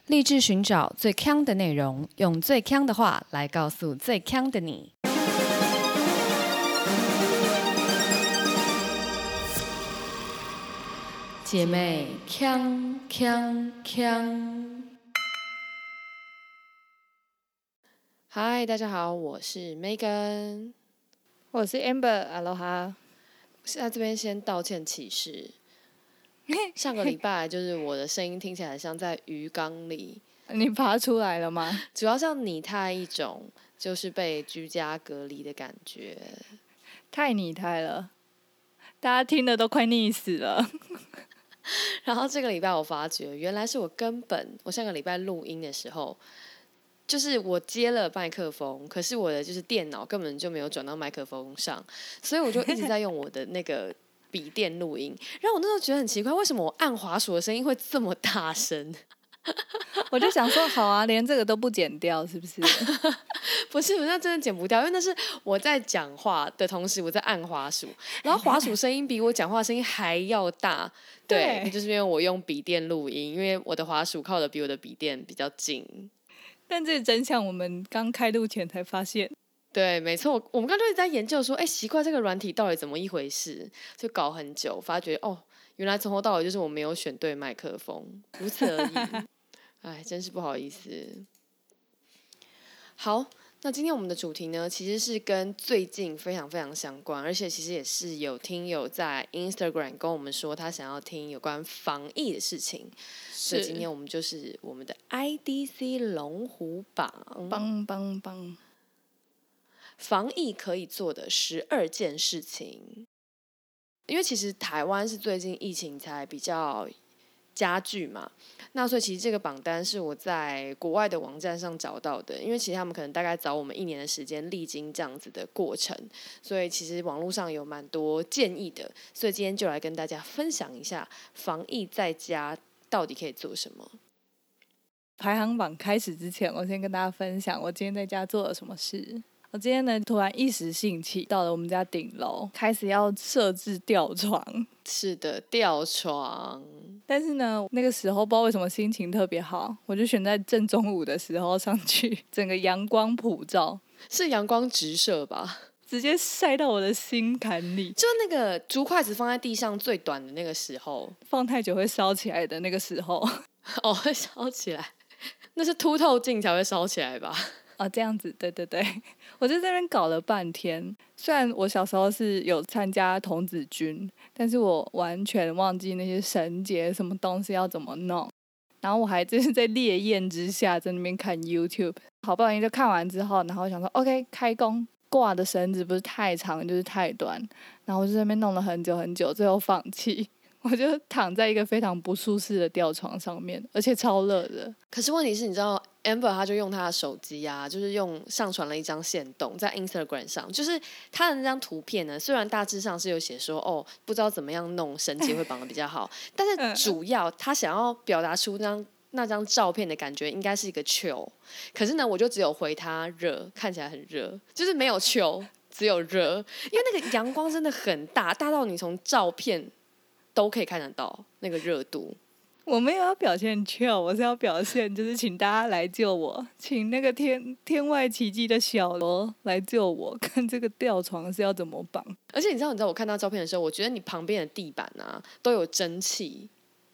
立志寻找最强的内容，用最强的话来告诉最强的你。姐妹，强强强！嗨，大家好，我是 Megan， 我是 Amber，Aloha。 现在这边先道歉启事。上个礼拜就是我的声音听起来像在鱼缸里， 你爬出来了吗？ 主要像拟态一种就是被居家隔离的感觉， 太拟态了，大家听的都快溺死了。 然后这个礼拜我发觉，原来是我上个礼拜录音的时候，就是我接了麦克风，可是我的就是电脑根本就没有转到麦克风上，所以我就一直在用我的那个笔电录音。然后我那时候觉得很奇怪，为什么我按滑鼠的声音会这么大声？ 我就想说，好啊，连这个都不剪掉，是不是？ 不是，那真的剪不掉，因为那是我在讲话的同时我在按滑鼠，然后滑鼠声音比我讲话声音还要大。对，就是因为我用笔电录音，因为我的滑鼠靠的比我的笔电比较近。 但这个真相我们刚开录前才发现。 对，没错，我们刚就一直在研究说，奇怪，这个软体到底怎么一回事？就搞很久，发觉原来从头到尾就是我没有选对麦克风，如此而已。哎，真是不好意思。好，那今天我们的主题呢，其实是跟最近非常非常相关，而且其实也是有听友在 Instagram 跟我们说他想要听有关防疫的事情，所以今天我们就是我们的 IDC 龙虎榜， 棒！ 防疫可以做的12件事情。因为其实台湾是最近疫情才比较加剧嘛，那所以其实这个榜单是我在国外的网站上找到的，因为其实他们可能大概早我们1年的时间历经这样子的过程，所以其实网络上有蛮多建议的，所以今天就来跟大家分享一下防疫在家到底可以做什么。 排行榜开始之前，我先跟大家分享我今天在家做了什么事。我今天呢，突然一时兴起，到了我们家顶楼，开始要设置吊床。 是的，吊床。 但是呢，那个时候不知道为什么心情特别好，我就选在正中午的时候上去，整个阳光普照， 是阳光直射吧？ 直接晒到我的心坎里。 就那个竹筷子放在地上最短的那个时候， 放太久会烧起来的那个时候。 会烧起来，那是凸透镜才会烧起来吧？ 这样子，对，我就在那边搞了半天。虽然我小时候是有参加童子军，但是我完全忘记那些绳结什么东西要怎么弄。然后我还真是在烈焰之下在那边看 YouTube， 好不容易就看完之后，然后想说 OK 开工。挂的绳子不是太长就是太短，然后我就在那边弄了很久，最后放弃。我就躺在一个非常不舒适的吊床上面，而且超热的。 可是问题是，你知道 Amber 他就用他的手机啊，就是上传了一张限动在 Instagram 上，就是他的那张图片呢，虽然大致上是有写说不知道怎么样弄绳结会绑得比较好，但是主要他想要表达出那张照片的感觉应该是一个chill，可是呢，我就只有回他热，看起来很热，就是没有chill，只有热，因为那个阳光真的很大，大到你从照片都可以看得到那个热度。 我没有要表现 chill， 我是要表现就是请大家来救我，请那个天外奇迹的小罗来救我，看这个吊床是要怎么绑。 而且你知道我看到照片的时候，我觉得你旁边的地板啊都有蒸汽。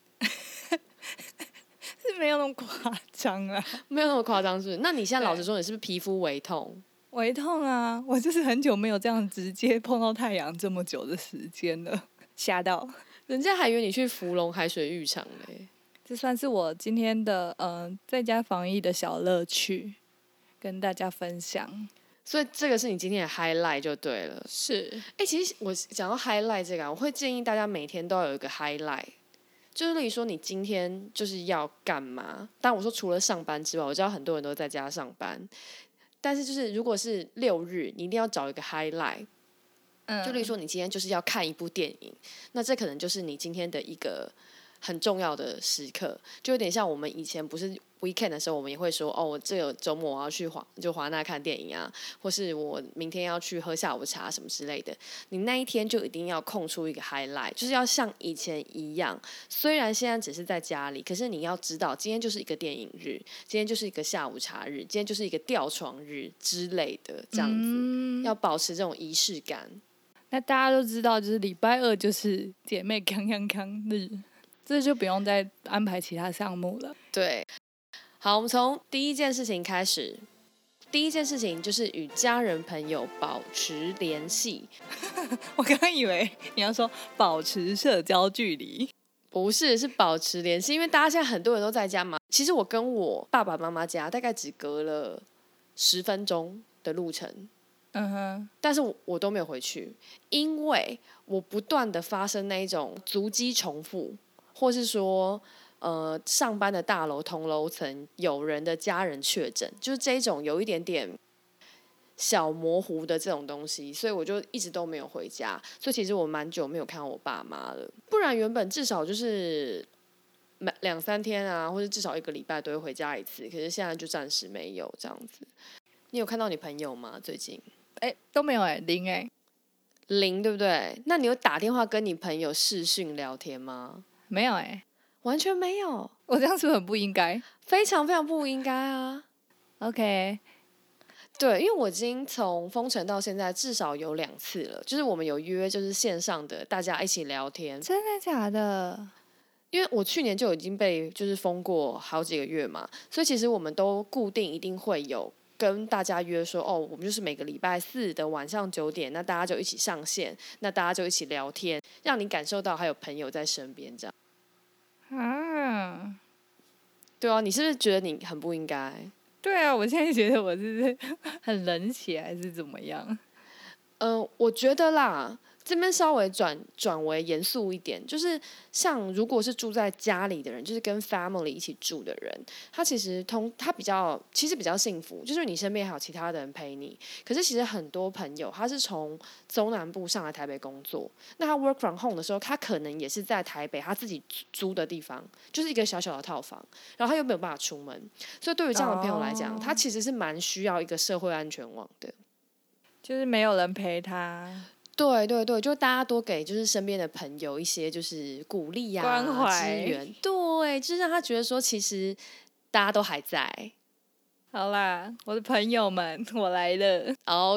是没有那么夸张啊， 没有那么夸张，是不是？那你现在老实说，你是不是皮肤微痛？ 微痛啊！我就是很久没有这样直接碰到太阳这么久的时间了，吓到。 人家还以为你去芙蓉海水浴场嘞。 这算是我今天的在家防疫的小乐趣，跟大家分享。 所以这个是你今天的 highlight 就对了。 是， 其实我讲到 highlight 这个我会建议大家每天都要有一个 highlight。就是例如说你今天就是要干嘛，当然我说除了上班之外，我知道很多人都在家上班，但是就是如果是6日，你一定要找一个 highlight。就例如说你今天就是要看一部电影，那这可能就是你今天的一个很重要的时刻，就有点像我们以前不是 weekend 的时候，我们也会说哦，我这个周末我要去华纳看电影啊，或是我明天要去喝下午茶什么之类的。你那一天就一定要空出一个 highlight， 就是要像以前一样，虽然现在只是在家里，可是你要知道，今天就是一个电影日，今天就是一个下午茶日，今天就是一个吊床日之类的，这样子，要保持这种仪式感。 那大家都知道，就是礼拜二就是姐妹康康康日，这就不用再安排其他项目了。 对，好，我们从第一件事情开始。第一件事情就是与家人朋友保持联系。 我刚刚以为你要说保持社交距离， 不是，是保持联系，因为大家现在很多人都在家嘛。其实我跟我爸爸妈妈家大概只隔了10分钟的路程，但是我都没有回去，因为我不断的发生那一种足迹重复，或是说上班的大楼同楼层有人的家人确诊，就是这种有一点点小模糊的这种东西，所以我就一直都没有回家。所以其实我蛮久没有看到我爸妈了，不然原本至少就是2-3天啊，或者至少1个礼拜都会回家一次，可是现在就暂时没有这样子。你有看到你朋友吗？最近？ 都没有零 0对不对？那你有打电话跟你朋友视讯聊天吗？ 没有完全没有。 我这样是不是很不应该？ 非常非常不应该啊。 OK， 对，因为我已经从封城到现在至少有2次了，就是我们有约，就是线上的大家一起聊天。 真的假的？ 因为我去年就已经被就是封过好几个月嘛，所以其实我们都固定一定会有跟大家约说，哦，我们就是每个礼拜4的晚上9点，那大家就一起上线，那大家就一起聊天，让你感受到还有朋友在身边这样。对啊，你是不是觉得你很不应该？ 对啊，我现在觉得我是很冷血还是怎么样？ 我觉得啦，这边稍微转为严肃一点，就是像如果是住在家里的人，就是跟 family 一起住的人，他其实他比较幸福，就是你身边还有其他的人陪你。可是其实很多朋友他是从中南部上来台北工作，那他 work from home 的时候，他可能也是在台北他自己租的地方，就是一个小小的套房，然后他又没有办法出门，所以对于这样的朋友来讲，他其实是蛮需要一个社会安全网的。 就是没有人陪他。 对对对，就大家多给就是身边的朋友一些就是鼓励啊、 关怀支援，对，就是让他觉得说其实大家都还在。 好啦，我的朋友们，我来了。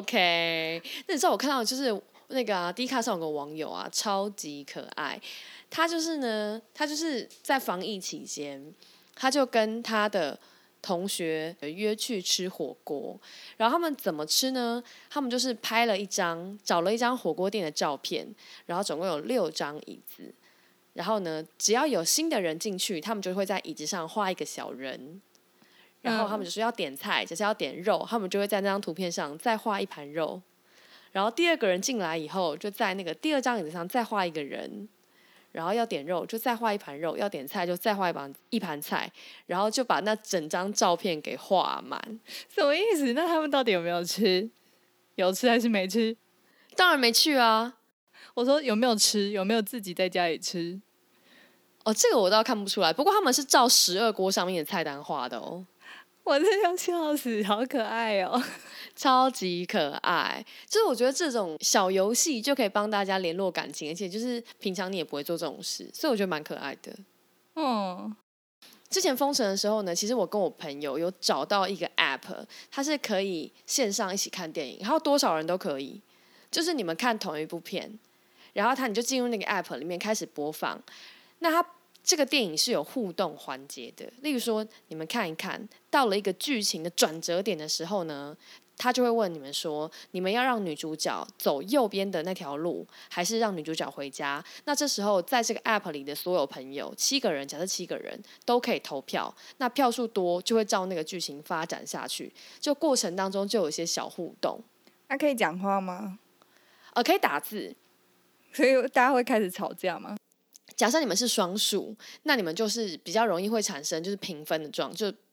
OK， 那你知道我看到就是那个D 卡上有个网友啊，超级可爱。他就是在防疫期间，他就跟他的同学约去吃火锅，然后他们怎么吃呢？他们就是找了一张火锅店的照片，然后总共有6张椅子，然后呢，只要有新的人进去，他们就会在椅子上画一个小人，然后他们就说要点菜，就是要点肉，他们就会在那张图片上再画一盘肉，然后第2个人进来以后，就在那个第2张椅子上再画一个人。然后要点肉就再画一盘肉，要点菜就再画一盘菜，然后就把那整张照片给画满。 什么意思？那他们到底有没有吃？有吃还是没吃？ 当然没去啊。 我说有没有吃？有没有自己在家里吃？ 哦，这个我倒看不出来，不过他们是照12锅上面的菜单画的哦。 我真要笑死，好可爱哦， 超级可爱。就是我觉得这种小游戏就可以帮大家联络感情，而且就是平常你也不会做这种事，所以我觉得蛮可爱的。之前封城的时候呢，其实我跟我朋友有找到一个 app， 它是可以线上一起看电影，然后多少人都可以，就是你们看同一部片，然后你就进入那个 app 里面开始播放。那它这个电影是有互动环节的，例如说你们看一看，到了一个剧情的转折点的时候呢，他就会问你们说，你们要让女主角走右边的那条路，还是让女主角回家？那这时候在这个 app 里的所有朋友，7个人，假设7个人都可以投票，那票数多就会照那个剧情发展下去，就过程当中就有一些小互动。 可以讲话吗？ 可以打字。 所以大家会开始吵架吗？ 假设你们是双数，那你们就是比较容易会产生就是平分的就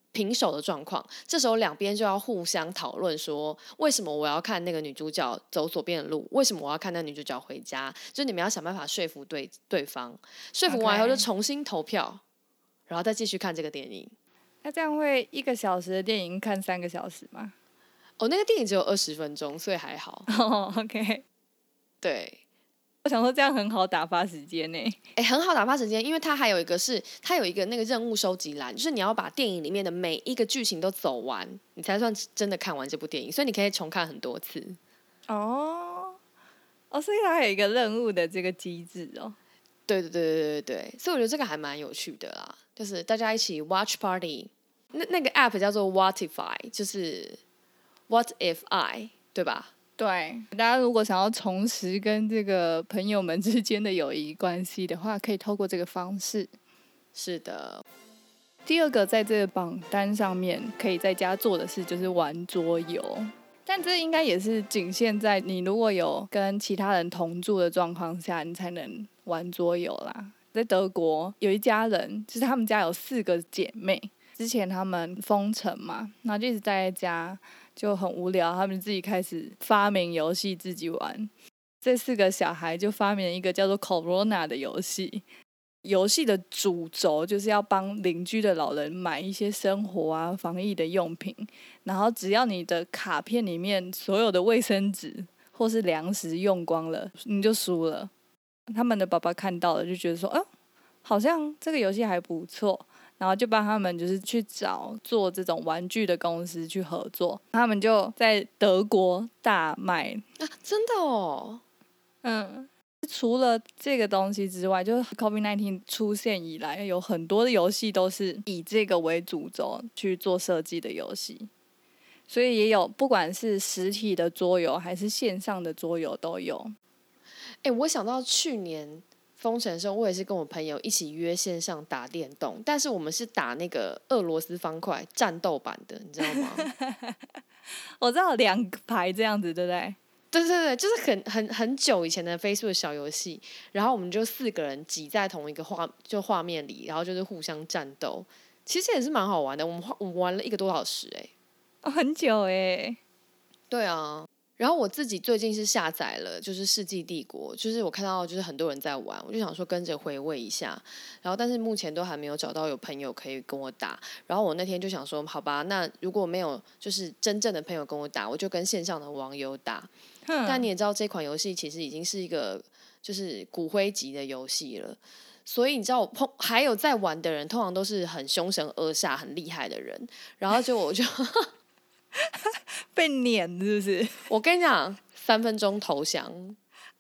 平手的状况，这时候两边就要互相讨论说，为什么我要看那个女主角走左边的路，为什么我要看那个女主角回家，就你们要想办法说服对方，说服完以后就重新投票，然后再继续看这个电影。 那这样会1个小时的电影看3个小时吗？ 哦，那个电影只有20分钟，所以还好。 哦，OK。 对， 我想说这样很好打发时间呢。 很好打发时间，因为它还有一个是它有一个那个任务收集栏，就是你要把电影里面的每一个剧情都走完，你才算真的看完这部电影，所以你可以重看很多次。 哦，所以它还有一个任务的这个机制哦。 对，所以我觉得这个还蛮有趣的啦，就是大家一起 watch party。那个 app 叫做 Whatify， 就是 What if I， 对吧？ 对，大家如果想要重拾跟这个朋友们之间的友谊关系的话，可以透过这个方式。 是的。 第二个在这个榜单上面可以在家做的事就是玩桌游，但这应该也是仅限在你如果有跟其他人同住的状况下，你才能玩桌游啦。在德国有一家人，就是他们家有4个姐妹，之前他们封城嘛，然后就一直待在家，就很无聊，他们自己开始发明游戏自己玩。这4个小孩就发明了一个叫做 Corona 的游戏，游戏的主轴就是要帮邻居的老人买一些生活啊、防疫的用品，然后只要你的卡片里面所有的卫生纸或是粮食用光了，你就输了。他们的爸爸看到了就觉得说，好像这个游戏还不错，然后就帮他们就是去找做这种玩具的公司去合作，他们就在德国大卖啊，真的哦。 除了这个东西之外，就是 COVID-19 出现以来，有很多的游戏都是以这个为主轴去做设计的游戏，所以也有不管是实体的桌游还是线上的桌游都有。 我想到去年封城的时候，我也是跟我朋友一起约线上打电动，但是我们是打那个俄罗斯方块战斗版的，你知道吗？ 我知道2排这样子，对不对？ 对，就是很久以前的 Facebook 小游戏，然后我们就4个人挤在同一个画面里，然后就是互相战斗，其实也是蛮好玩的。我们玩了1个多小时， 很久对啊。然后我自己最近是下载了，就是《世纪帝国》，就是我看到就是很多人在玩，我就想说跟着回味一下。然后但是目前都还没有找到有朋友可以跟我打。然后我那天就想说，好吧，那如果没有就是真正的朋友跟我打，我就跟线上的网友打。但你也知道，这款游戏其实已经是一个就是骨灰级的游戏了。所以你知道还有在玩的人，通常都是很凶神恶煞、很厉害的人。然后我就被撵是不是？ 我跟你讲，3分钟投降，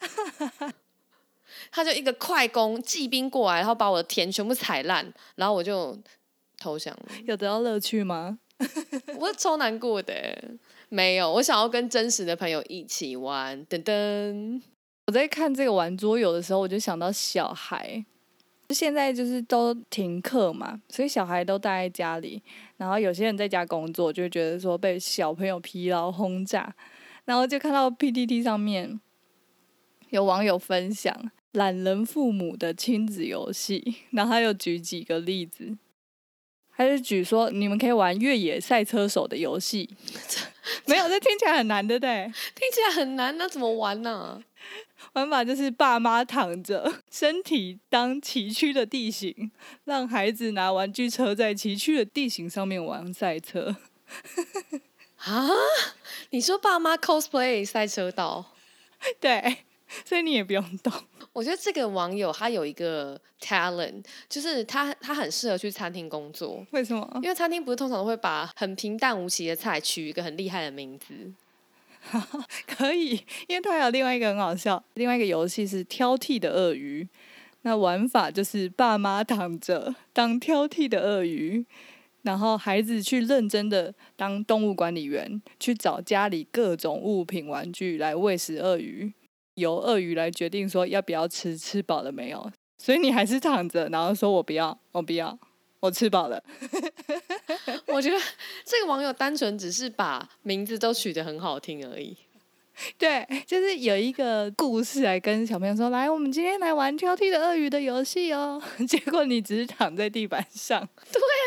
他就一个快攻骑兵过来，然后把我的田全部踩烂，然后我就投降了。 有得到乐趣吗？ 我超难过的。没有，我想要跟真实的朋友一起玩。噔噔， 我在看这个玩桌游的时候，我就想到小孩。现在就是都停课嘛，所以小孩都待在家里，然后有些人在家工作，就会觉得说被小朋友疲劳轰炸，然后就看到 PTT 上面有网友分享懒人父母的亲子游戏，然后他有举几个例子，他就举说你们可以玩越野赛车手的游戏，没有，这听起来很难，对不对？ 听起来很难，那怎么玩呢？ 玩法就是爸妈躺着，身体当崎岖的地形，让孩子拿玩具车在崎岖的地形上面玩赛车。 啊？你说爸妈 cosplay 赛车道？ 对，所以你也不用动。 我觉得这个网友他有一个 talent， 就是他很适合去餐厅工作。 为什么？ 因为餐厅不是通常都会把很平淡无奇的菜取一个很厉害的名字？ 可以，因为它还有另外一个很好笑，另外一个游戏是挑剔的鳄鱼。那玩法就是爸妈躺着当挑剔的鳄鱼，然后孩子去认真的当动物管理员，去找家里各种物品玩具来喂食鳄鱼，由鳄鱼来决定说要不要吃，吃饱了没有。所以你还是躺着，然后说我不要，我不要，我吃饱了。 我觉得这个网友单纯只是把名字都取得很好听而已。 对，就是有一个故事来跟小朋友说，来，我们今天来玩挑剔的鳄鱼的游戏哦。结果你只是躺在地板上。 对啊，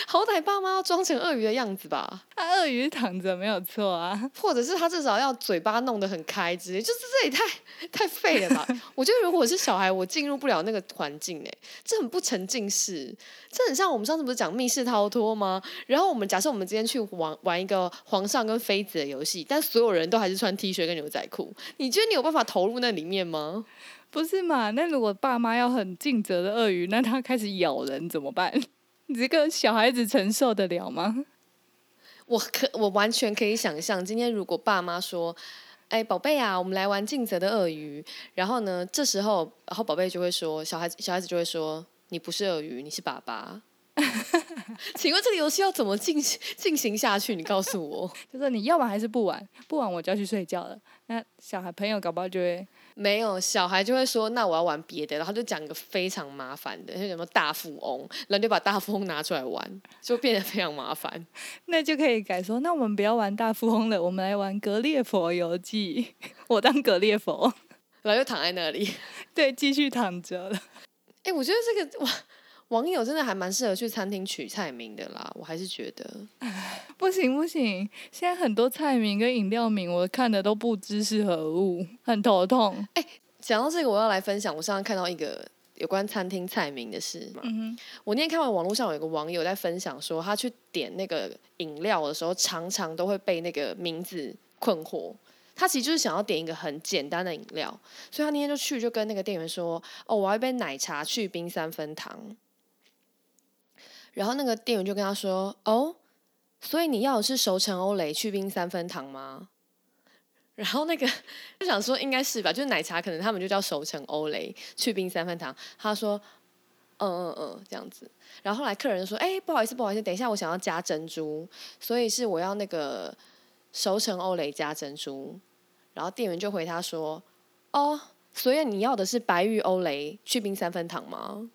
好歹爸妈要装成鳄鱼的样子吧， 鳄鱼躺着没有错啊。 或者是他至少要嘴巴弄得很开之类，就是这也太废了吧？我觉得如果我是小孩，我进入不了那个环境这很不沉浸式，这很像我们上次不是讲密室逃脱吗？然后假设我们今天去玩一个皇上跟妃子的游戏，但所有人都还是穿 T 恤跟牛仔裤，你觉得你有办法投入那里面吗？ 不是嘛？那如果爸妈要很尽责的鳄鱼，那他开始咬人怎么办？你这个小孩子承受得了吗？ 我完全可以想象，今天如果爸妈说：“哎，宝贝啊，我们来玩尽责的鳄鱼。”然后呢，这时候，然后宝贝就会说，小孩子就会说：“你不是鳄鱼，你是爸爸。”请问这个游戏要怎么进行下去？你告诉我。 就说你要玩还是不玩？不玩我就要去睡觉了。那小孩朋友搞不好就会没有，小孩就会说：“那我要玩别的。”然后就讲一个非常麻烦的，就什么大富翁，然后就把大富翁拿出来玩，就变得非常麻烦。 那就可以改说，那我们不要玩大富翁了，我们来玩格列佛游记。我当格列佛， 然后就躺在那里， 对，继续躺着了。 我觉得这个网友真的还蛮适合去餐厅取菜名的啦，我还是觉得不行，现在很多菜名跟饮料名我看的都不知是何物，很头痛。 讲到这个，我要来分享我上次看到一个有关餐厅菜名的事嘛。我那天看完网络上有一个网友在分享说，他去点那个饮料的时候，常常都会被那个名字困惑。他其实就是想要点一个很简单的饮料，所以他那天就跟那个店员说：“哦，我要一杯奶茶去冰3分糖。”然后那个店员就跟他说：“哦，所以你要的是熟成欧蕾去冰3分糖吗？”然后那个就想说应该是吧，就是奶茶可能他们就叫熟成欧蕾去冰3分糖。他说：“这样子。”然后后来客人说：“不好意思，等一下我想要加珍珠，所以是我要那个熟成欧蕾加珍珠。”然后店员就回他说：“哦，所以你要的是白玉欧蕾去冰3分糖吗？”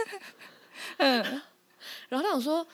然后他想说：“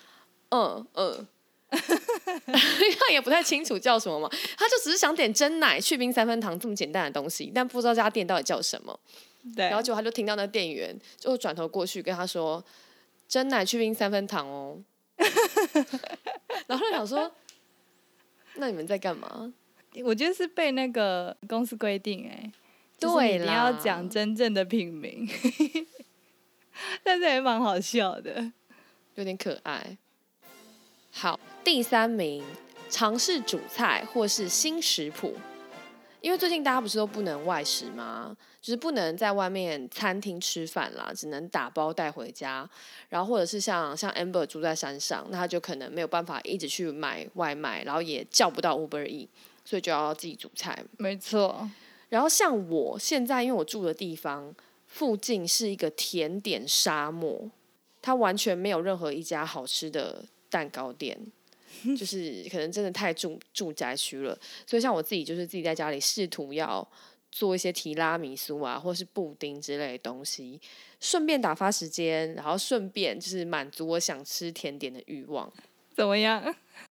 他也不太清楚叫什么嘛，他就只是想点真奶去冰3分糖这么简单的东西，但不知道这家店到底叫什么。 对， 然后结果他就听到那店员就转头过去跟他说：“真奶去冰3分糖哦。”然后他想说：“那你们在干嘛？” 我觉得是被那个公司规定就是对啦， 你一定要讲真正的品名，但是也蛮好笑的， 有点可爱。好，第3名，尝试煮菜或是新食谱。因为最近大家不是都不能外食吗？就是不能在外面餐厅吃饭啦，只能打包带回家。然后或者是像 Amber 住在山上，那他就可能没有办法一直去买外卖，然后也叫不到 Uber Eats， 所以就要自己煮菜。 没错。 然后像我现在，因为我住的地方附近是一个甜点沙漠，它完全没有任何一家好吃的蛋糕店。就是可能真的太住宅区了，所以像我自己就是自己在家里试图要做一些提拉米苏啊，或是布丁之类的东西，顺便打发时间，然后顺便就是满足我想吃甜点的欲望。 怎么样？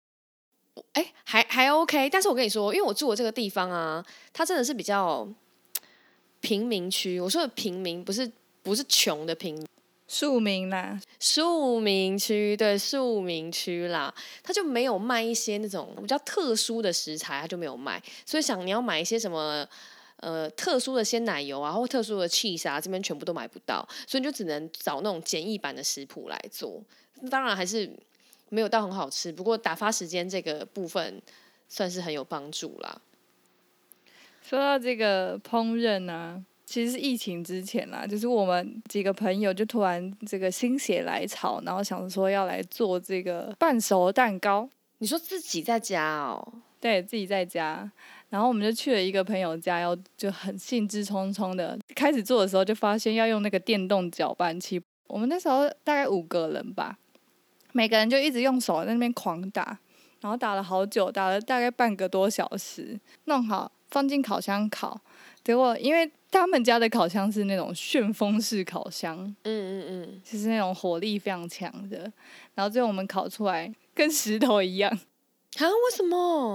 还 OK， 但是我跟你说，因为我住的这个地方啊，它真的是比较贫民区。我说的贫民不是穷的贫民。 庶民啦， 庶民区，对，庶民区啦，他就没有卖一些那种比较特殊的食材，他就没有卖。所以你要买一些什么特殊的鲜奶油啊，或特殊的 cheese 啊，这边全部都买不到，所以你就只能找那种简易版的食谱来做。当然还是没有到很好吃，不过打发时间这个部分算是很有帮助啦。 说到这个烹饪啊，其实是疫情之前啦，就是我们几个朋友就突然这个心血来潮，然后想说要来做这个半熟蛋糕。 你说自己在家哦？ 对，自己在家，然后我们就去了一个朋友家，就很兴致冲冲的开始做的时候，就发现要用那个电动搅拌器。我们那时候大概5个人吧，每个人就一直用手在那边狂打，然后打了好久，打了大概半个多小时，弄好放进烤箱烤。结果因为他们家的烤箱是那种旋风式烤箱，就是那种火力非常强的，然后最后我们烤出来跟石头一样。 啊？为什么？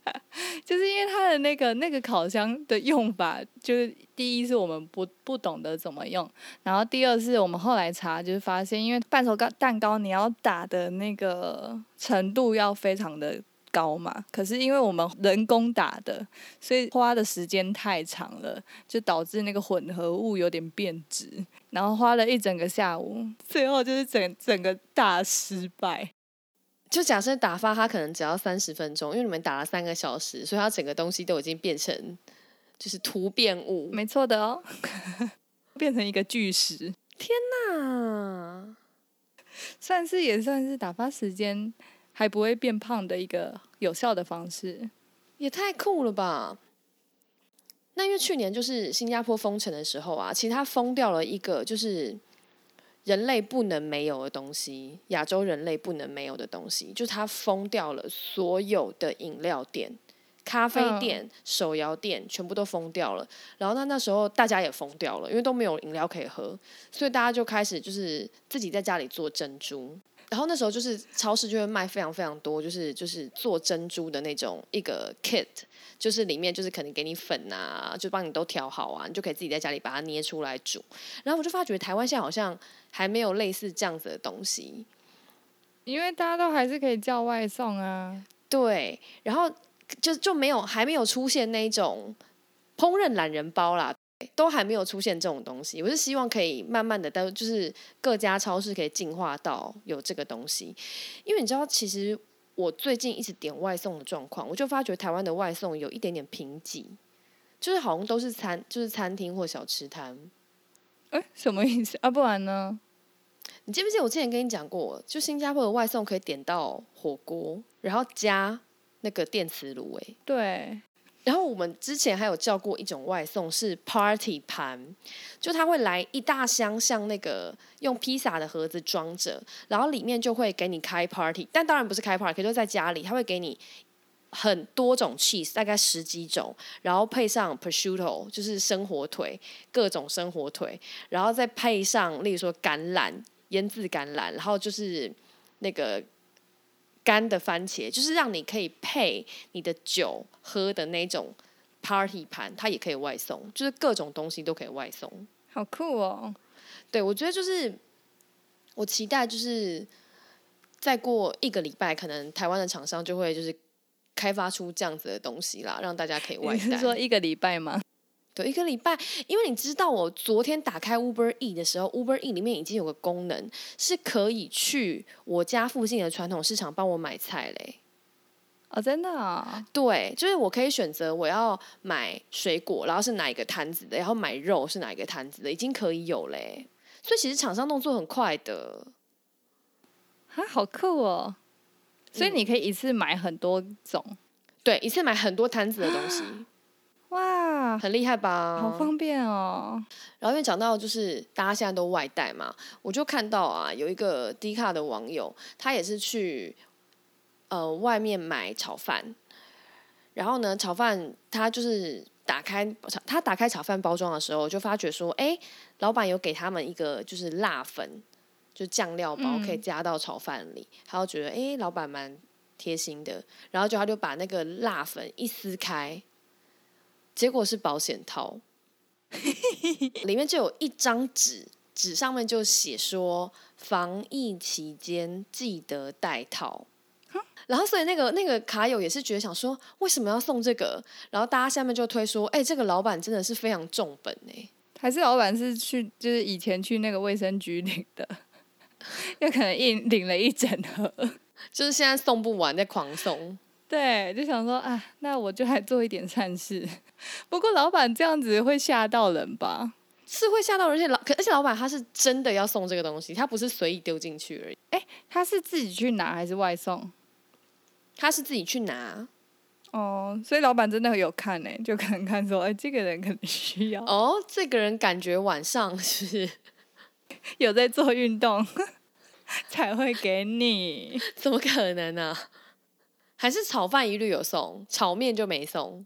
就是因为它的那个烤箱的用法，就是第一是我们不懂得怎么用，然后第二是我们后来查，就是发现，因为半熟蛋糕你要打的那个程度要非常的高嘛，可是因为我们人工打的，所以花的时间太长了，就导致那个混合物有点变质，然后花了一整个下午，最后就是整个大失败。 就假设打发它可能只要30分钟，因为你们打了3个小时，所以它整个东西都已经变成就是突变物。 没错的哦，变成一个巨石。 那也算是打发时间还不会变胖的一个有效的方式。 也太酷了吧！那因为去年就是新加坡封城的时候啊，其实它封掉了一个就是人类不能没有的东西，亚洲人类不能没有的东西，就是它封掉了所有的饮料店、咖啡店、手摇店，全部都封掉了。然后那时候大家也封掉了，因为都没有饮料可以喝，所以大家就开始就是自己在家里做珍珠。然后那时候就是超市就会卖非常非常多，就是做珍珠的那种一个 kit， 就是里面就是可能给你粉啊，就帮你都调好啊，你就可以自己在家里把它捏出来煮。然后我就发觉台湾现在好像还没有类似这样子的东西， 因为大家都还是可以叫外送啊。 对，然后就还没有出现那种烹饪懒人包啦。都还没有出现这种东西，我是希望可以慢慢的，就是各家超市可以进化到有这个东西，因为你知道，其实我最近一直点外送的状况，我就发觉台湾的外送有一点点贫瘠，就是好像都是餐厅或小吃摊。 什么意思啊？不然呢？ 你记不记得我之前跟你讲过，就新加坡的外送可以点到火锅，然后加那个电磁炉， 对。 然后我们之前还有叫过一种外送是 party 盘，就它会来一大箱像那个用披萨的盒子装着，然后里面就会给你开 party， 但当然不是开 party， 就在家里，它会给你很多种 cheese， 大概10几种，然后配上 prosciutto， 就是生火腿，各种生火腿，然后再配上例如说橄榄，腌制橄榄，然后就是那个干的番茄，就是让你可以配你的酒喝的那种 party 盘，它也可以外送，就是各种东西都可以外送。 好酷哦！ 对，我觉得就是我期待就是再过1个礼拜，可能台湾的厂商就会就是开发出这样子的东西啦，让大家可以外带。 你是说1个礼拜吗？ 对，1个礼拜，因为你知道，我昨天打开 Uber E 的时候，Uber E 里面已经有个功能是可以去我家附近的传统市场帮我买菜嘞。 哦，真的啊？ 对，就是我可以选择我要买水果，然后是哪一个摊子的，然后买肉是哪一个摊子的，已经可以有嘞。所以其实厂商动作很快的。 啊，好酷哦！所以你可以一次买很多种。 对，一次买很多摊子的东西。 哇， 很厉害吧？ 好方便哦。 然后因为讲到就是大家现在都外带嘛，我就看到啊有一个 D 卡的网友，他也是去外面买炒饭，然后呢炒饭他就是打开炒饭包装的时候，就发觉说，老板有给他们一个就是辣粉，就酱料包可以加到炒饭里，他就觉得老板蛮贴心的，然后他就把那个辣粉一撕开。结果是保险套，里面就有一张纸上面就写说防疫期间记得带套。然后所以那个卡友也是觉得想说为什么要送这个，然后大家下面就推说这个老板真的是非常重本还是老板是就是以前去那个卫生局领的，有可能领了一整盒， 就是现在送不完在狂送。 对，就想说啊，那我就来做一点善事。不过老板这样子会吓到人吧？ 是会吓到人，而且老板他是真的要送这个东西，他不是随意丢进去而已。 他是自己去拿还是外送？ 他是自己去拿。 哦，所以老板真的有看呢，就可能看说，这个人可能需要。 哦，这个人感觉晚上是有在做运动才会给你。 怎么可能呢？还是炒饭一律有送，炒面就没送。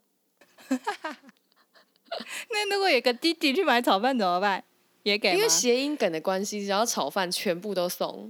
那如果有个弟弟去买炒饭怎么办？也给吗？ 因为谐音梗的关系，只要炒饭全部都送。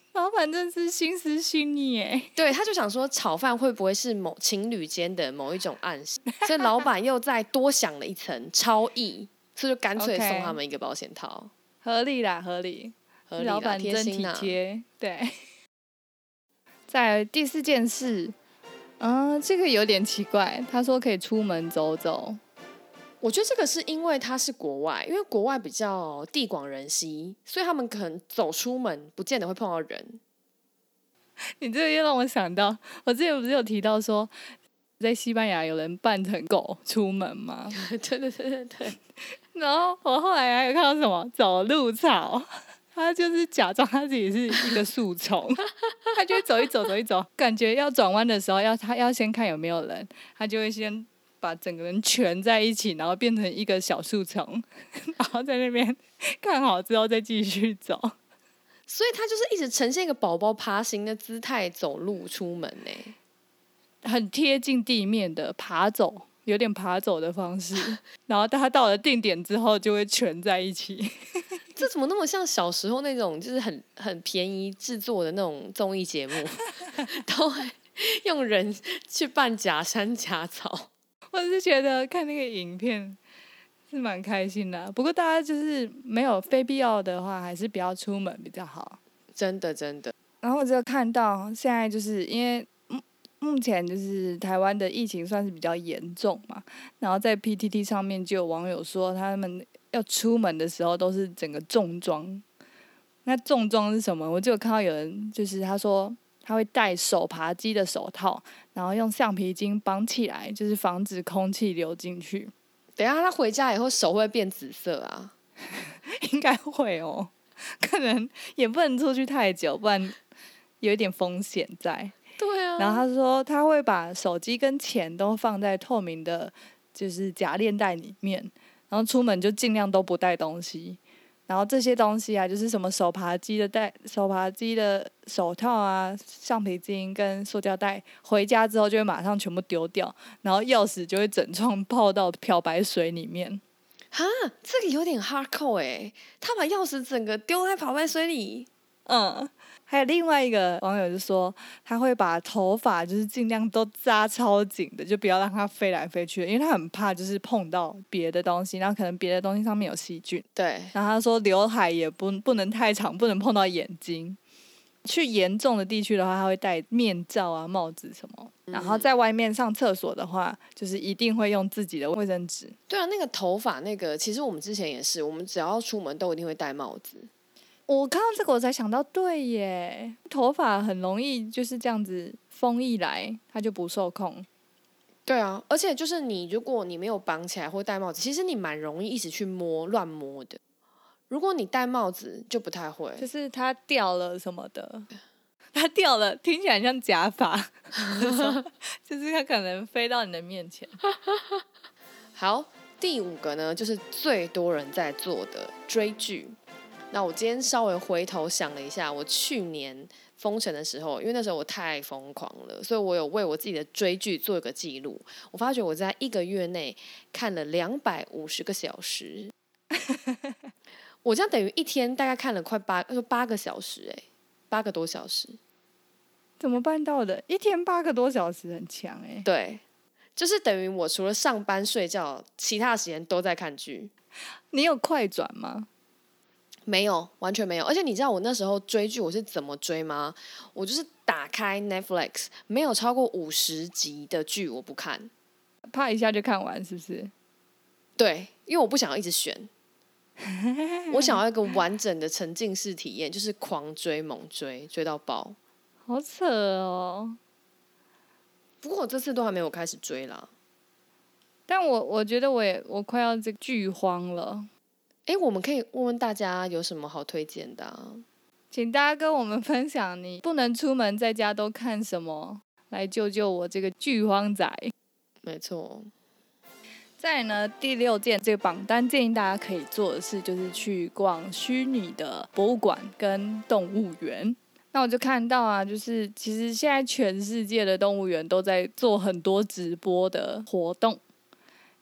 老板真是心思细腻耶。 对，他就想说炒饭会不会是某情侣间的某一种暗示，所以老板又再多想了一层超意，所以就干脆送他们一个保险套。 合理啦，合理， 合理啦， 老板真体贴。对，再来第4件事，这个有点奇怪，他说可以出门走走。 我觉得这个是因为它是国外，因为国外比较地广人稀，所以他们可能走出门不见得会碰到人。 你这个又让我想到，我之前不是有提到说，在西班牙有人扮成狗出门吗？ 对对对对对。 然后我后来还有看到什么走路草，他就是假装他自己是一个树丛，他就会走一走走一走，感觉要转弯的时候他要先看有没有人，他就会先把整个人蜷在一起，然后变成一个小树丛，然后在那边看好之后再继续走。 所以他就是一直呈现一个宝宝爬行的姿态走路出门呢， 很贴近地面的爬走，有点爬走的方式。然后他到了定点之后就会蜷在一起。 这怎么那么像小时候那种就是很便宜制作的那种综艺节目，都会用人去扮假山假草。 我是觉得看那个影片是蛮开心的，不过大家就是没有非必要的话，还是不要出门比较好。 真的真的。 然后我就看到现在就是因为目前就是台湾的疫情算是比较严重嘛，然后在 PTT 上面就有网友说他们要出门的时候都是整个重装。那重装是什么？我就有看到有人就是他说他会戴手扒鸡的手套，然后用橡皮筋绑起来，就是防止空气流进去。 等一下他回家以后手会变紫色啊？ 应该会哦，可能也不能出去太久，不然有一点风险在。 对啊。 然后他说他会把手机跟钱都放在透明的，就是夹链袋里面，然后出门就尽量都不带东西。然后这些东西啊，就是什么手扒鸡的手套啊、橡皮筋跟塑胶袋，回家之后就会马上全部丢掉，然后钥匙就会整串泡到漂白水里面。 哈，这个有点 hardcore 欸，他把钥匙整个丢在漂白水里。 还有另外一个网友就说，他会把头发就是尽量都扎超紧的，就不要让它飞来飞去，因为他很怕就是碰到别的东西，然后可能别的东西上面有细菌。 对。 然后他说刘海也不能太长，不能碰到眼睛。去严重的地区的话，他会戴面罩啊、帽子什么。然后在外面上厕所的话，就是一定会用自己的卫生纸。 对啊，那个头发那个，其实我们之前也是，我们只要出门都一定会戴帽子。 我看到这个我才想到，对耶，头发很容易就是这样子，风一来它就不受控。 对啊，而且就是如果你没有绑起来或戴帽子，其实你蛮容易一直去乱摸的。如果你戴帽子就不太会， 就是它掉了什么的，它掉了听起来像假发，就是它可能飞到你的面前。 好，第5个呢，就是最多人在做的追剧。那我今天稍微回头想了一下，我去年封城的时候，因为那时候我太疯狂了，所以我有为我自己的追剧做一个记录。我发觉我在1个月内看了250个小时，我这样等于一天大概看了快8个小时，8个多小时。 怎么办到的？一天8个多小时，很强哎。 对，就是等于我除了上班睡觉，其他时间都在看剧。 你有快转吗？ 没有，完全没有。而且你知道我那时候追剧我是怎么追吗？我就是打开 Netflix， 没有超过50集的剧我不看， 啪一下就看完，是不是？ 对，因为我不想要一直选，我想要一个完整的沉浸式体验，就是狂追猛追，追到爆。 好扯哦！ 不过我这次都还没有开始追啦。 但我觉得我快要这剧荒了。 我们可以问问大家有什么好推荐的啊？ 请大家跟我们分享你不能出门在家都看什么，来救救我这个剧荒仔。 没错。 再来呢，第6件这个榜单建议大家可以做的事，就是去逛虚拟的博物馆跟动物园。那我就看到啊，就是其实现在全世界的动物园都在做很多直播的活动。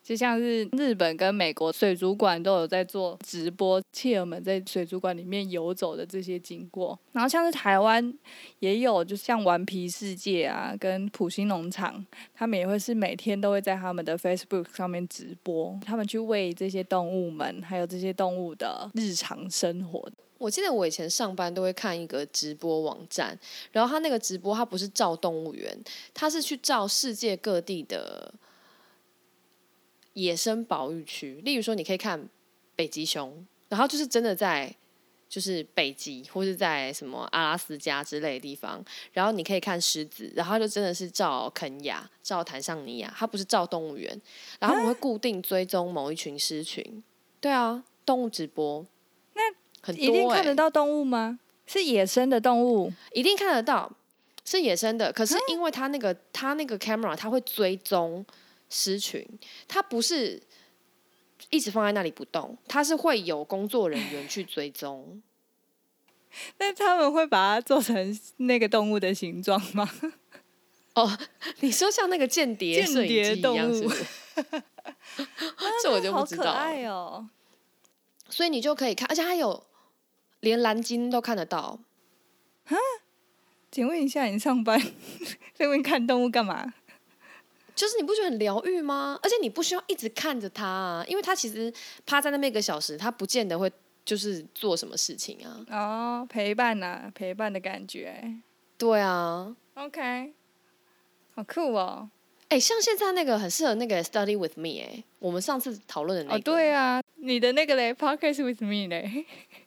就像是日本跟美国水族馆都有在做直播，企鹅们在水族馆里面游走的这些经过。然后像是台湾也有，就像顽皮世界啊，跟埔心农场，他们也会是每天都会在他们的 Facebook 上面直播，他们去喂这些动物们，还有这些动物的日常生活。 我记得我以前上班都会看一个直播网站，然后他那个直播他不是照动物园，他是去照世界各地的野生保育区，例如说你可以看北极熊，然后就是真的在就是北极或是在什么阿拉斯加之类的地方，然后你可以看狮子，然后他就真的是照肯亚、照坦桑尼亚，他不是照动物园，然后他们会固定追踪某一群狮群。对啊，动物直播， 那很多一定看得到动物吗？是野生的动物？ 一定看得到，是野生的。可是因为他那个 camera， 它会追踪狮群，它不是一直放在那里不动，它是会有工作人员去追踪。 那他们会把它做成那个动物的形状吗？ 哦，你说像那个间谍摄影机一样，是不是？这我就不知道了。 好可爱哦！ 所以你就可以看，而且它有连蓝鲸都看得到。 请问一下，你上班在那边看动物干嘛？ 就是你不觉得很疗愈吗？而且你不需要一直看着它啊，因为它其实趴在那边1个小时，它不见得会就是做什么事情啊。 哦，陪伴啊，陪伴的感觉。 对啊 OK， 好酷哦！ 像现在那个很适合那个 Study with me 我们上次讨论的那个。 哦，对啊，你的那个嘞 ，Podcast with me 嘞，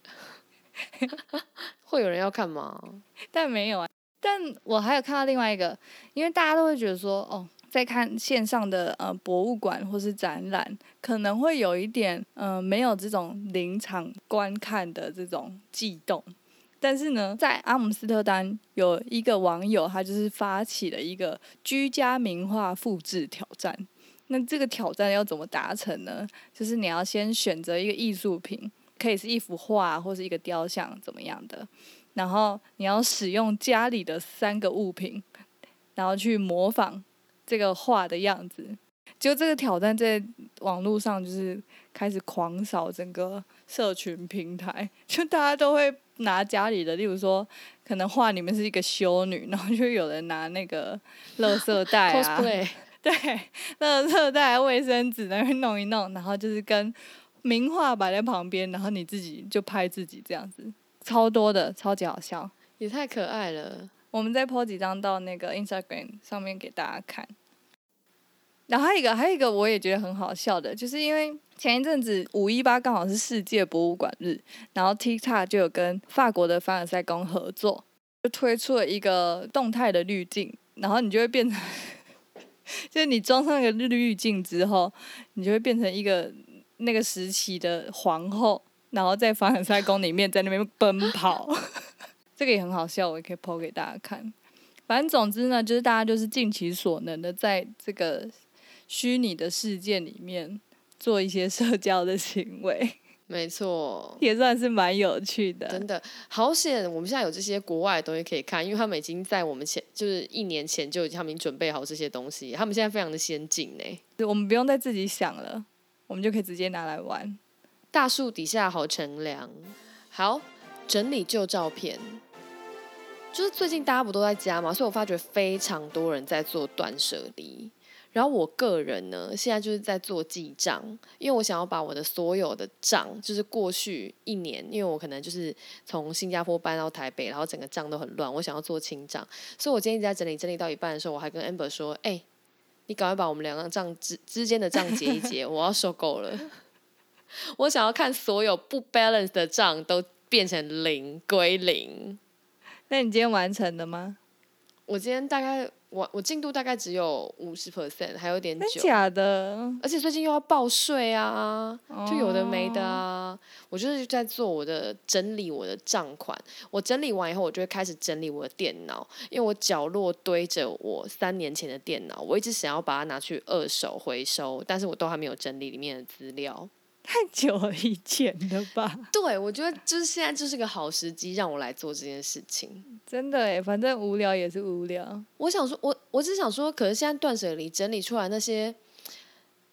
会有人要看吗？ 但没有啊。但我还有看到另外一个，因为大家都会觉得说，哦，在看线上的博物馆或是展览，可能会有一点没有这种临场观看的这种悸动。但是呢，在阿姆斯特丹有一个网友，他就是发起了一个居家名画复制挑战。那这个挑战要怎么达成呢？就是你要先选择一个艺术品，可以是一幅画或是一个雕像怎么样的，然后你要使用家里的3个物品，然后去模仿这个画的样子。就这个挑战在网络上就是开始狂扫整个社群平台，就大家都会拿家里的，例如说可能画里面是一个修女，然后就有人拿那个垃圾袋啊 cosplay 对，垃圾袋、卫生纸那边弄一弄，然后就是跟名画摆在旁边，然后你自己就拍自己这样子，超多的，超级好笑。 也太可爱了。 我们再 po 几张到那个 Instagram 上面给大家看。然后还有一个我也觉得很好笑的，就是因为前一阵子518刚好是世界博物馆日，然后 TikTok 就有跟法国的凡尔赛宫合作，就推出了一个动态的滤镜，然后你就会变成，就是你装上那个滤镜之后，你就会变成一个那个时期的皇后，然后在凡尔赛宫里面在那边奔跑，这个也很好笑，我也可以 po 给大家看。反正总之呢，就是大家就是尽其所能的在这个虚拟的世界里面做一些社交的行为， 没错， 也算是蛮有趣的。 真的好险，我们现在有这些国外的东西可以看，因为他们已经在我们就是1年前就他们已经准备好这些东西，他们现在非常的先进呢。 我们不用再自己想了，我们就可以直接拿来玩。 大树底下好乘凉。好，整理旧照片。就是最近大家不都在家嘛，所以我发觉非常多人在做断舍离。然后我个人呢，现在就是在做记账，因为我想要把我的所有的账，就是过去1年，因为我可能就是从新加坡搬到台北，然后整个账都很乱，我想要做清账，所以我今天一直在整理到一半的时候，我还跟 Amber 说：“你赶快把我们2个账之间的账结一结，我要受够了。我想要看所有不 balance 的账都变成0归0。” 那你今天完成了吗？ 我今天大概我进度大概只有50%，还有点久。 真假的？ 而且最近又要报税啊，就有的没的啊。我就是在做我的整理我的账款。我整理完以后，我就会开始整理我的电脑，因为我角落堆着我3年前的电脑，我一直想要把它拿去2手回收，但是我都还没有整理里面的资料。 太久以前了吧？ 对，我觉得就是现在就是个好时机，让我来做这件事情。 真的耶，反正无聊也是无聊。 我想说，我只想说，可是现在断舍离整理出来那些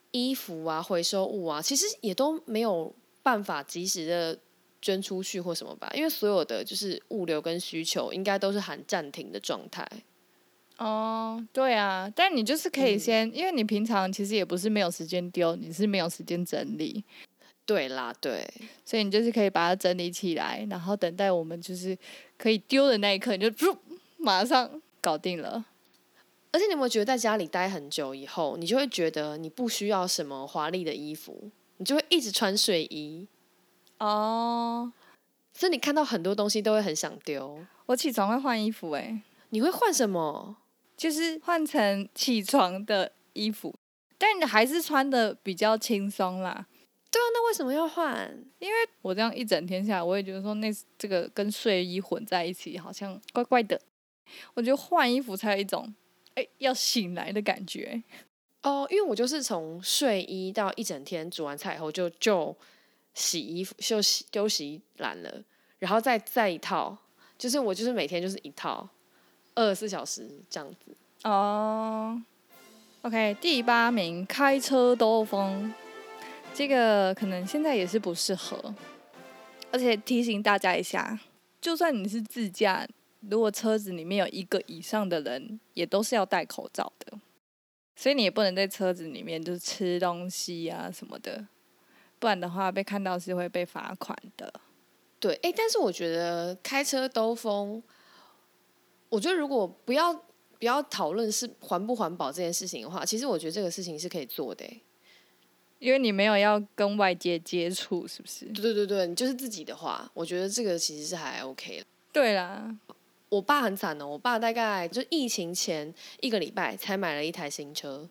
衣服啊、回收物啊，其实也都没有办法及时的捐出去或什么吧，因为所有的就是物流跟需求应该都是含暂停的状态。 哦，对啊，但你就是可以先，因为你平常其实也不是没有时间丢，你是没有时间整理， 对啦，对， 所以你就是可以把它整理起来，然后等待我们就是可以丢的那一刻，你就噗马上搞定了。 而且你有没有觉得在家里待很久以后，你就会觉得你不需要什么华丽的衣服，你就会一直穿睡衣， 哦， 所以你看到很多东西都会很想丢。 我起床会换衣服欸， 你会换什么？ 就是换成起床的衣服，但你还是穿的比较轻松啦。 对啊，那为什么要换？ 我这样一整天下来，我也觉得说这个跟睡衣混在一起好像怪怪的。我觉得换衣服才有一种要醒来的感觉。 哦，因为我就是从睡衣到一整天煮完菜以后就洗衣服，就丢洗衣篮了，然后再一套，就是我就是每天就是一套，24小时这样子。 哦，OK，第8名开车兜风，这个可能现在也是不适合，而且提醒大家一下，就算你是自驾，如果车子里面有1个以上的人，也都是要戴口罩的，所以你也不能在车子里面就是吃东西啊什么的，不然的话被看到是会被罚款的。 对，但是我觉得开车兜风，我觉得如果不要讨论是环不环保这件事情的话，其实我觉得这个事情是可以做的。 因为你没有要跟外界接触，是不是？ 对，你就是自己的话，我觉得这个其实是还 OK 的。 对啦， 我爸很惨哦，我爸大概就疫情前1个礼拜才买了一台新车，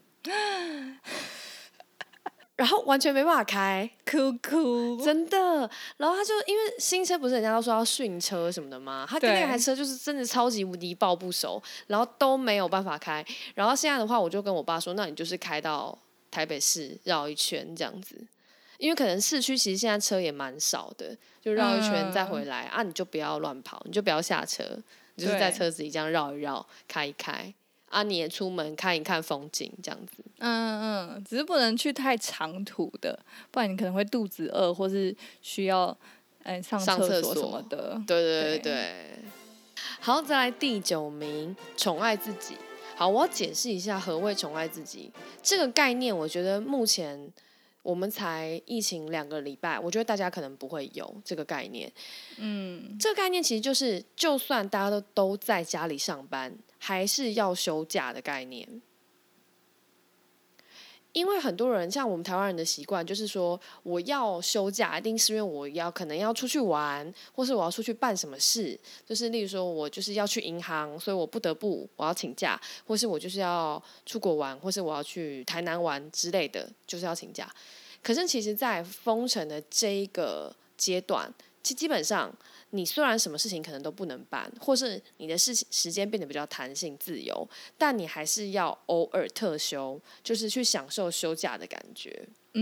然后完全没办法开， 哭， 真的。然后他就因为新车不是人家都说要训车什么的吗？他跟那台车就是真的超级无敌爆不熟，然后都没有办法开。然后现在的话，我就跟我爸说，那你就是开到台北市绕一圈这样子，因为可能市区其实现在车也蛮少的，就绕一圈再回来啊，你就不要乱跑，你就不要下车，你就是在车子里这样绕一绕，开一开啊，你也出门看一看风景这样子。 只是不能去太长途的，不然你可能会肚子饿，或是需要上厕所什么的。 对。好，再来第9名，宠爱自己。好，我要解释一下何谓宠爱自己这个概念。我觉得目前我们才疫情2个礼拜，我觉得大家可能不会有这个概念。这个概念其实就是，就算大家都在家里上班，还是要休假的概念。因为很多人像我们台湾人的习惯，就是说我要休假，一定是因为我可能要出去玩，或是我要出去办什么事，就是例如说我就是要去银行，所以我不得不我要请假，或是我就是要出国玩，或是我要去台南玩之类的，就是要请假。可是其实在封城的这一个阶段，基本上你虽然什么事情可能都不能办，或是你的时间变得比较弹性自由，但你还是要偶尔特休，就是去享受休假的感觉。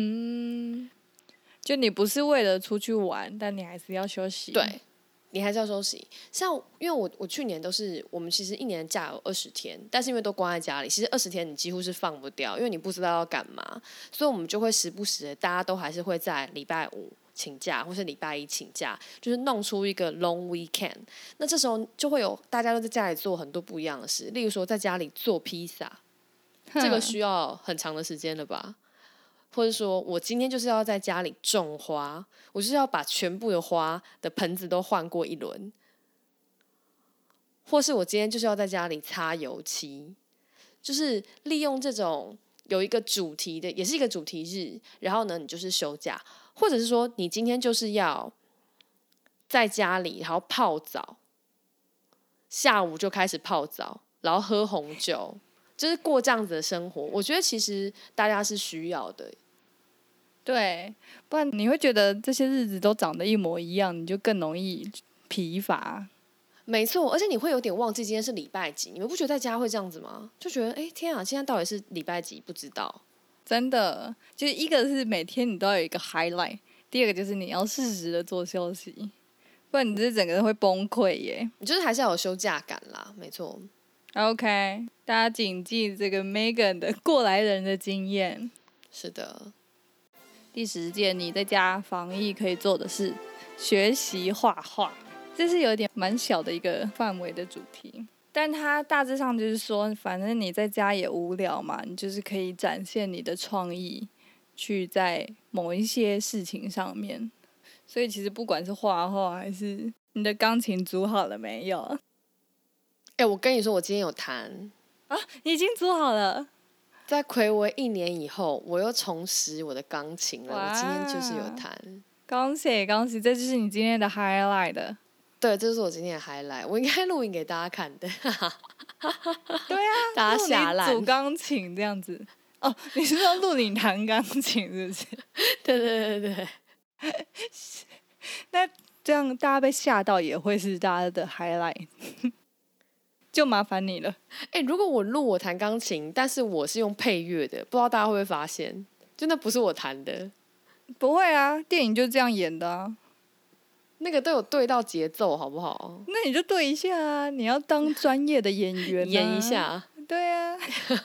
就你不是为了出去玩，但你还是要休息。 对，你还是要休息。像因为我去年我们其实1年的假有20天，但是因为都关在家里，其实20天你几乎是放不掉，因为你不知道要干嘛，所以我们就会时不时的，大家都还是会在礼拜5请假，或是礼拜1请假，就是弄出一个 long weekend。那这时候就会有大家都在家里做很多不一样的事，例如说在家里做披萨，这个需要很长的时间了吧？或者说我今天就是要在家里种花，我就是要把全部的花的盆子都换过一轮，或是我今天就是要在家里擦油漆，就是利用这种有一个主题的，也是一个主题日，然后呢你就是休假，或者是说你今天就是要在家里然后泡澡，下午就开始泡澡，然后喝红酒，就是过这样子的生活。我觉得其实大家是需要的。 对，不然你会觉得这些日子都长得一模一样，你就更容易疲乏。 没错，而且你会有点忘记今天是礼拜几，你们不觉得在家会这样子吗？就觉得天啊，现在到底是礼拜几？不知道。 真的，就是一个是每天你都要有一个 highlight， 第二个就是你要适时的做休息，不然你这整个人会崩溃耶。 你就是还是要有休假感啦，没错。 OK， 大家谨记这个 Megan 的过来人的经验。 是的。 第10件你在家防疫可以做的事，学习画画。这是有点蛮小的一个范围的主题，但它大致上就是说，反正你在家也无聊嘛，你就是可以展现你的创意，去在某一些事情上面。所以其实不管是画画还是你的钢琴组好了没有？ 我跟你说，我今天有弹啊，你已经组好了。 在睽违1年以后，我又重拾我的钢琴了。我今天就是有弹， 恭喜恭喜！这就是你今天的 highlight。 对，这是我今天的 highlight。我应该录影给大家看的。 对啊， 大家下烂。 组钢琴这样子。哦，你是说录你弹钢琴是不是？ 对对对对。 那这样大家被吓到也会是大家的 highlight。就麻烦你了。 如果我录我弹钢琴，但是我是用配乐的，不知道大家会不会发现，就那不是我弹的。 不会啊，电影就这样演的啊。 那个都有对到节奏，好不好？ 那你就对一下啊！你要当专业的演员、啊， 演一下。 对啊。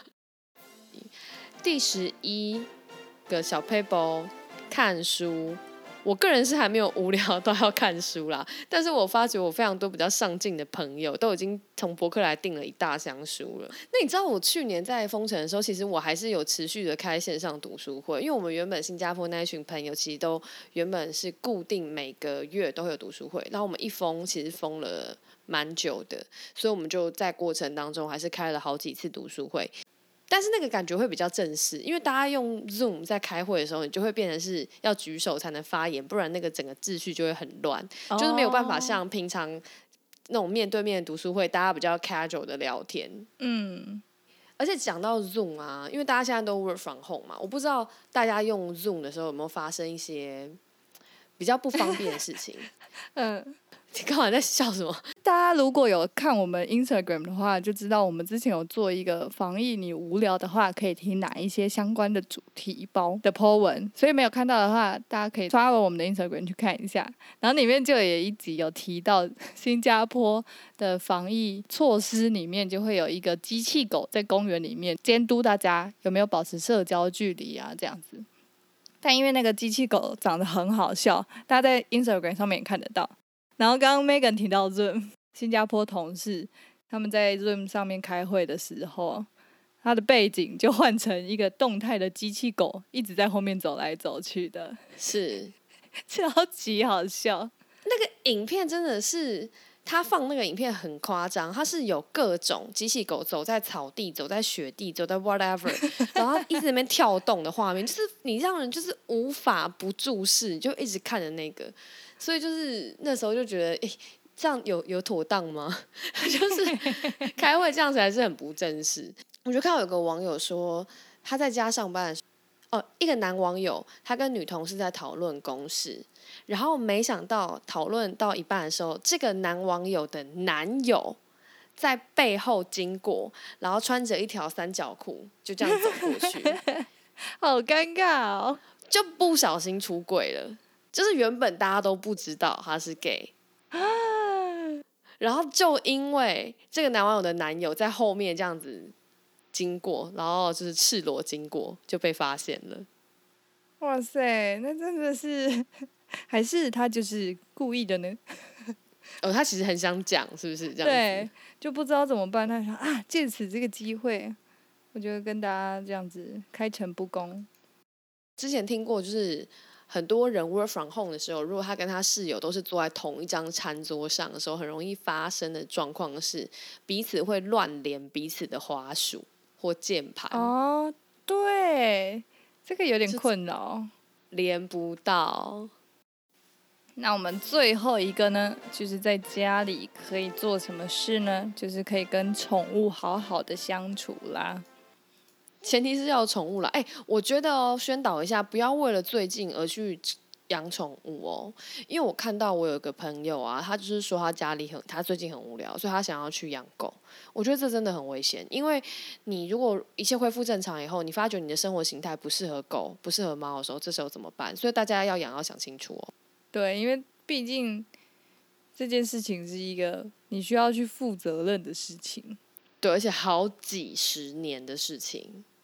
第11个小 paper 看书。我个人是还没有无聊到要看书啦，但是我发觉我非常多比较上进的朋友都已经从博客来订了一大箱书了。那你知道我去年在封城的时候，其实我还是有持续的开线上读书会，因为我们原本新加坡那一群朋友其实都原本是固定每个月都会有读书会，然后我们一封其实封了蛮久的，所以我们就在过程当中还是开了好几次读书会。但是那个感觉会比较正式，因为大家用 Zoom 在开会的时候，你就会变成是要举手才能发言，不然那个整个秩序就会很乱，就是没有办法像平常那种面对面的读书会，大家比较 casual 的聊天。而且讲到 Zoom 啊，因为大家现在都 work from home 嘛，我不知道大家用 Zoom 的时候有没有发生一些比较不方便的事情。你干嘛在笑什么？ 大家如果有看我们 Instagram 的话，就知道我们之前有做一个防疫，你无聊的话可以听哪一些相关的主题包的 po 文，所以没有看到的话，大家可以刷了我们的 Instagram 去看一下。然后里面就有一集有提到新加坡的防疫措施，里面就会有一个机器狗在公园里面监督大家有没有保持社交距离啊，这样子。但因为那个机器狗长得很好笑，大家在 Instagram 上面也看得到。然后刚刚 Megan 提到 Zoom， 新加坡同事他们在 Zoom 上面开会的时候，他的背景就换成一个动态的机器狗，一直在后面走来走去的， 是超级好笑。 那个影片真的是，他放那个影片很夸张，他是有各种机器狗走在草地、走在雪地、走在 whatever， 然后一直在那边跳动的画面，就是你让人就是无法不注视，就一直看着那个。所以就是那时候就觉得，这样有妥当吗？就是开会这样子还是很不正式。我就看到有个网友说，他在家上班的时候，一个男网友他跟女同事在讨论公事，然后没想到讨论到一半的时候，这个男网友的男友在背后经过，然后穿着一条三角裤，就这样走过去， 好尴尬哦， 就不小心出柜了。就是原本大家都不知道他是 gay， 然后就因为这个男网友的男友在后面这样子经过，然后就是赤裸经过，就被发现了。 哇塞，那真的是，还是他就是故意的呢？ 他其实很想讲，是不是这样子？ 对，就不知道怎么办。他想啊，借此这个机会，我觉得跟大家这样子开诚布公。 之前听过，就是很多人 work from home 的时候，如果他跟他室友都是坐在同一张餐桌上的时候，很容易发生的状况是彼此会乱连彼此的滑鼠或键盘。 哦，对，这个有点困扰， 连不到。 那我们最后一个呢，就是在家里可以做什么事呢？就是可以跟宠物好好的相处啦。 前提是要有宠物啦。我觉得宣导一下，不要为了最近而去养宠物哦。因为我看到我有一个朋友啊，他就是说他家里他最近很无聊，所以他想要去养狗。我觉得这真的很危险，因为你如果一切恢复正常以后，你发觉你的生活形态不适合狗、不适合猫的时候，这时候怎么办？所以大家要养要想清楚哦。 对，因为毕竟这件事情是一个你需要去负责任的事情。 对，而且好几十年的事情。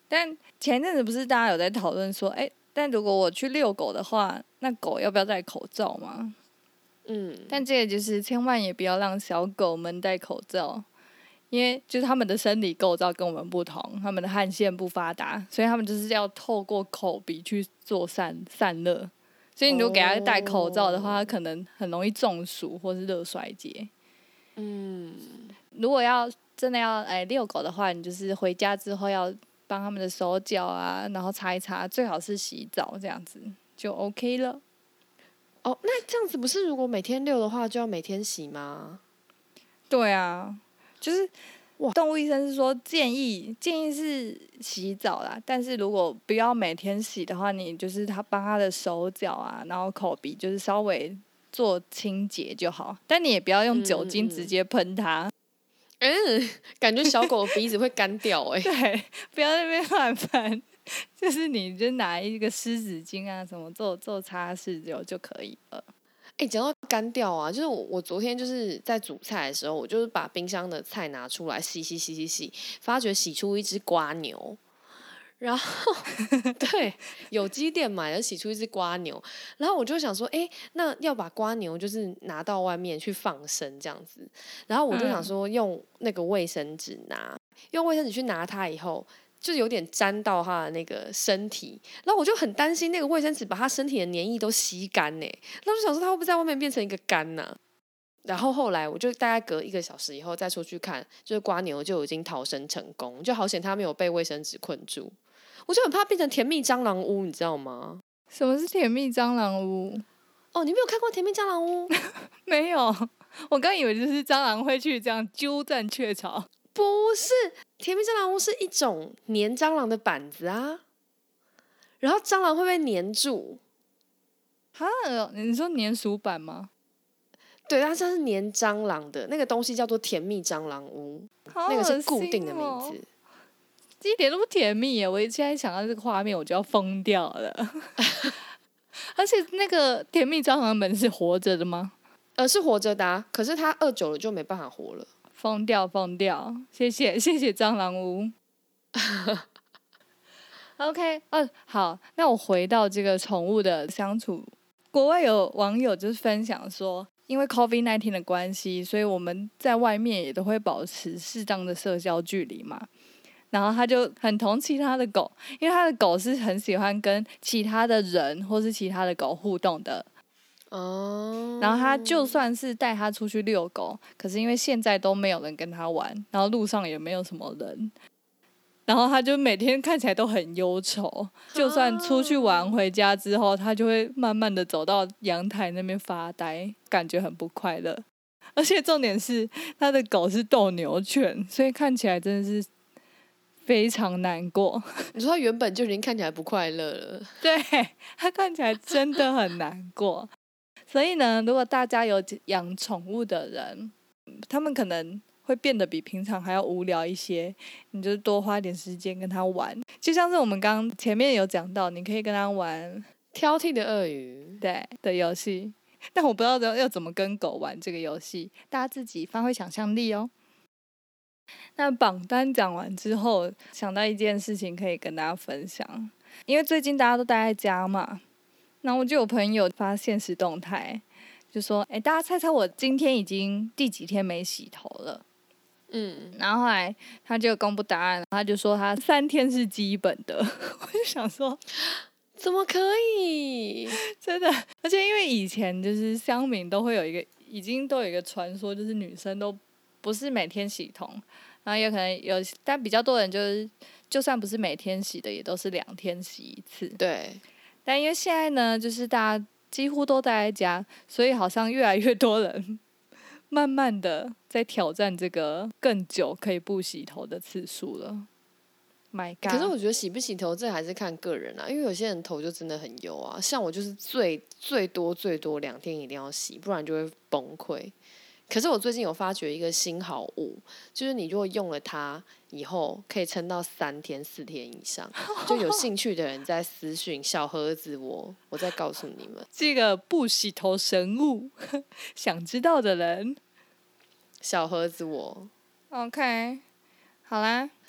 但前一阵子不是大家有在讨论说，但如果我去遛狗的话，那狗要不要戴口罩吗？但这个就是千万也不要让小狗们戴口罩，因为就是他们的生理构造跟我们不同，他们的汗腺不发达，所以他们就是要透过口鼻去做散热。所以你如果给他戴口罩的话，他可能很容易中暑或是热衰竭。如果真的要遛狗的话，你就是回家之后要帮他们的手脚啊，然后擦一擦，最好是洗澡，这样子就 OK 了。 那这样子不是如果每天遛的话，就要每天洗吗？ 对啊，就是动物医生是说建议是洗澡啦，但是如果不要每天洗的话，你就是帮他的手脚啊，然后口鼻就是稍微做清洁就好，但你也不要用酒精直接喷它。 感觉小狗的鼻子会干掉对，不要在那边乱喷，就是你就拿一个湿纸巾啊什么做擦拭就可以了。 讲到干掉啊，就是我昨天就是在煮菜的时候，我就是把冰箱的菜拿出来洗，发觉洗出一只蝸牛。然后对，有机店买了洗出一只蝸牛，然后我就想说，那要把蝸牛就是拿到外面去放生这样子，然后我就想说用那个卫生纸用卫生纸去拿它以后，就有点沾到它的那个身体，然后我就很担心那个卫生纸把它身体的黏液都吸干呢，然后就想说它会不会在外面变成一个干呢？然后后来我就大概隔1个小时以后再出去看，就是蝸牛就已经逃生成功，就好险它没有被卫生纸困住。我就很怕变成甜蜜蟑螂屋，你知道吗？ 什么是甜蜜蟑螂屋？ 你没有看过甜蜜蟑螂屋？ 没有，我刚以为就是蟑螂会去这样鸠占鹊巢。 不是，甜蜜蟑螂屋是一种粘蟑螂的板子啊，然后蟑螂会被粘住。 你说粘鼠板吗？ 对，它是粘蟑螂的那个东西叫做甜蜜蟑螂屋，那个是固定的名字。 一点都不甜蜜耶！我现在想到这个画面，我就要疯掉了。而且那个甜蜜蟑螂们是活着的吗？ 是活着的啊，可是它饿久了就没办法活了。 疯掉！谢谢蟑螂屋。OK， 好，那我回到这个宠物的相处。国外有网友就是分享说，因为 COVID-19 的关系，所以我们在外面也都会保持适当的社交距离嘛。然后他就很同情他的狗，因为他的狗是很喜欢跟其他的人或是其他的狗互动的。然后他就算是带他出去遛狗，可是因为现在都没有人跟他玩，然后路上也没有什么人，然后他就每天看起来都很忧愁。就算出去玩回家之后，他就会慢慢的走到阳台那边发呆，感觉很不快乐。而且重点是他的狗是斗牛犬，所以看起来真的是非常难过。 你说他原本就已经看起来不快乐了， 对，他看起来真的很难过。所以呢，如果大家有养宠物的人，他们可能会变得比平常还要无聊一些，你就多花点时间跟他玩。就像是我们刚前面有讲到，你可以跟他玩挑剔的鳄鱼的游戏，但我不知道要怎么跟狗玩这个游戏，大家自己发挥想象力哦。那榜单讲完之后，想到一件事情可以跟大家分享，因为最近大家都待在家嘛，然后我就有朋友发现实动态，就说：“大家猜猜我今天已经第几天没洗头了？”然后后来他就公布答案，他就说他3天是基本的。我就想说， 怎么可以？ 真的，而且因为以前就是乡民都会有已经都有一个传说，就是女生都不是每天洗头，然后有可能但比较多人就是就算不是每天洗的，也都是2天洗一次。 对。 但因为现在呢，就是大家几乎都待在家，所以好像越来越多人慢慢的在挑战这个更久可以不洗头的次数了。My God！ 可是我觉得洗不洗头这还是看个人啊，因为有些人头就真的很油啊，像我就是最多2天一定要洗，不然就会崩溃。可是我最近有发觉一个新好物，就是你如果用了它以后，可以撑到3天4天以上。就有兴趣的人在私讯小盒子我再告诉你们这个不洗头神物，想知道的人小盒子我 OK 好啦。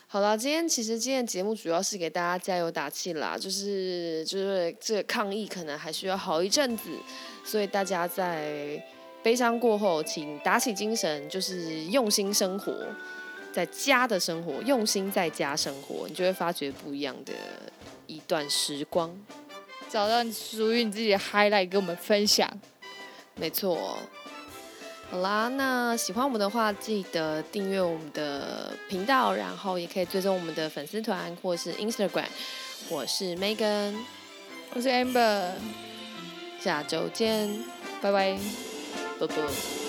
好啦，今天的节目主要是给大家加油打气啦，就是这个抗疫可能还需要好一阵子，所以大家在悲伤过后，请打起精神，就是用心生活，在家的生活，用心在家生活，你就会发觉不一样的一段时光， 找到属于你自己的 highlight 跟我们分享。 没错。好啦，那喜欢我们的话，记得订阅我们的频道，然后也可以追踪我们的粉丝团或是 Instagram。我是 Megan， 我是 Amber， 下周见， 拜拜。 啵啵。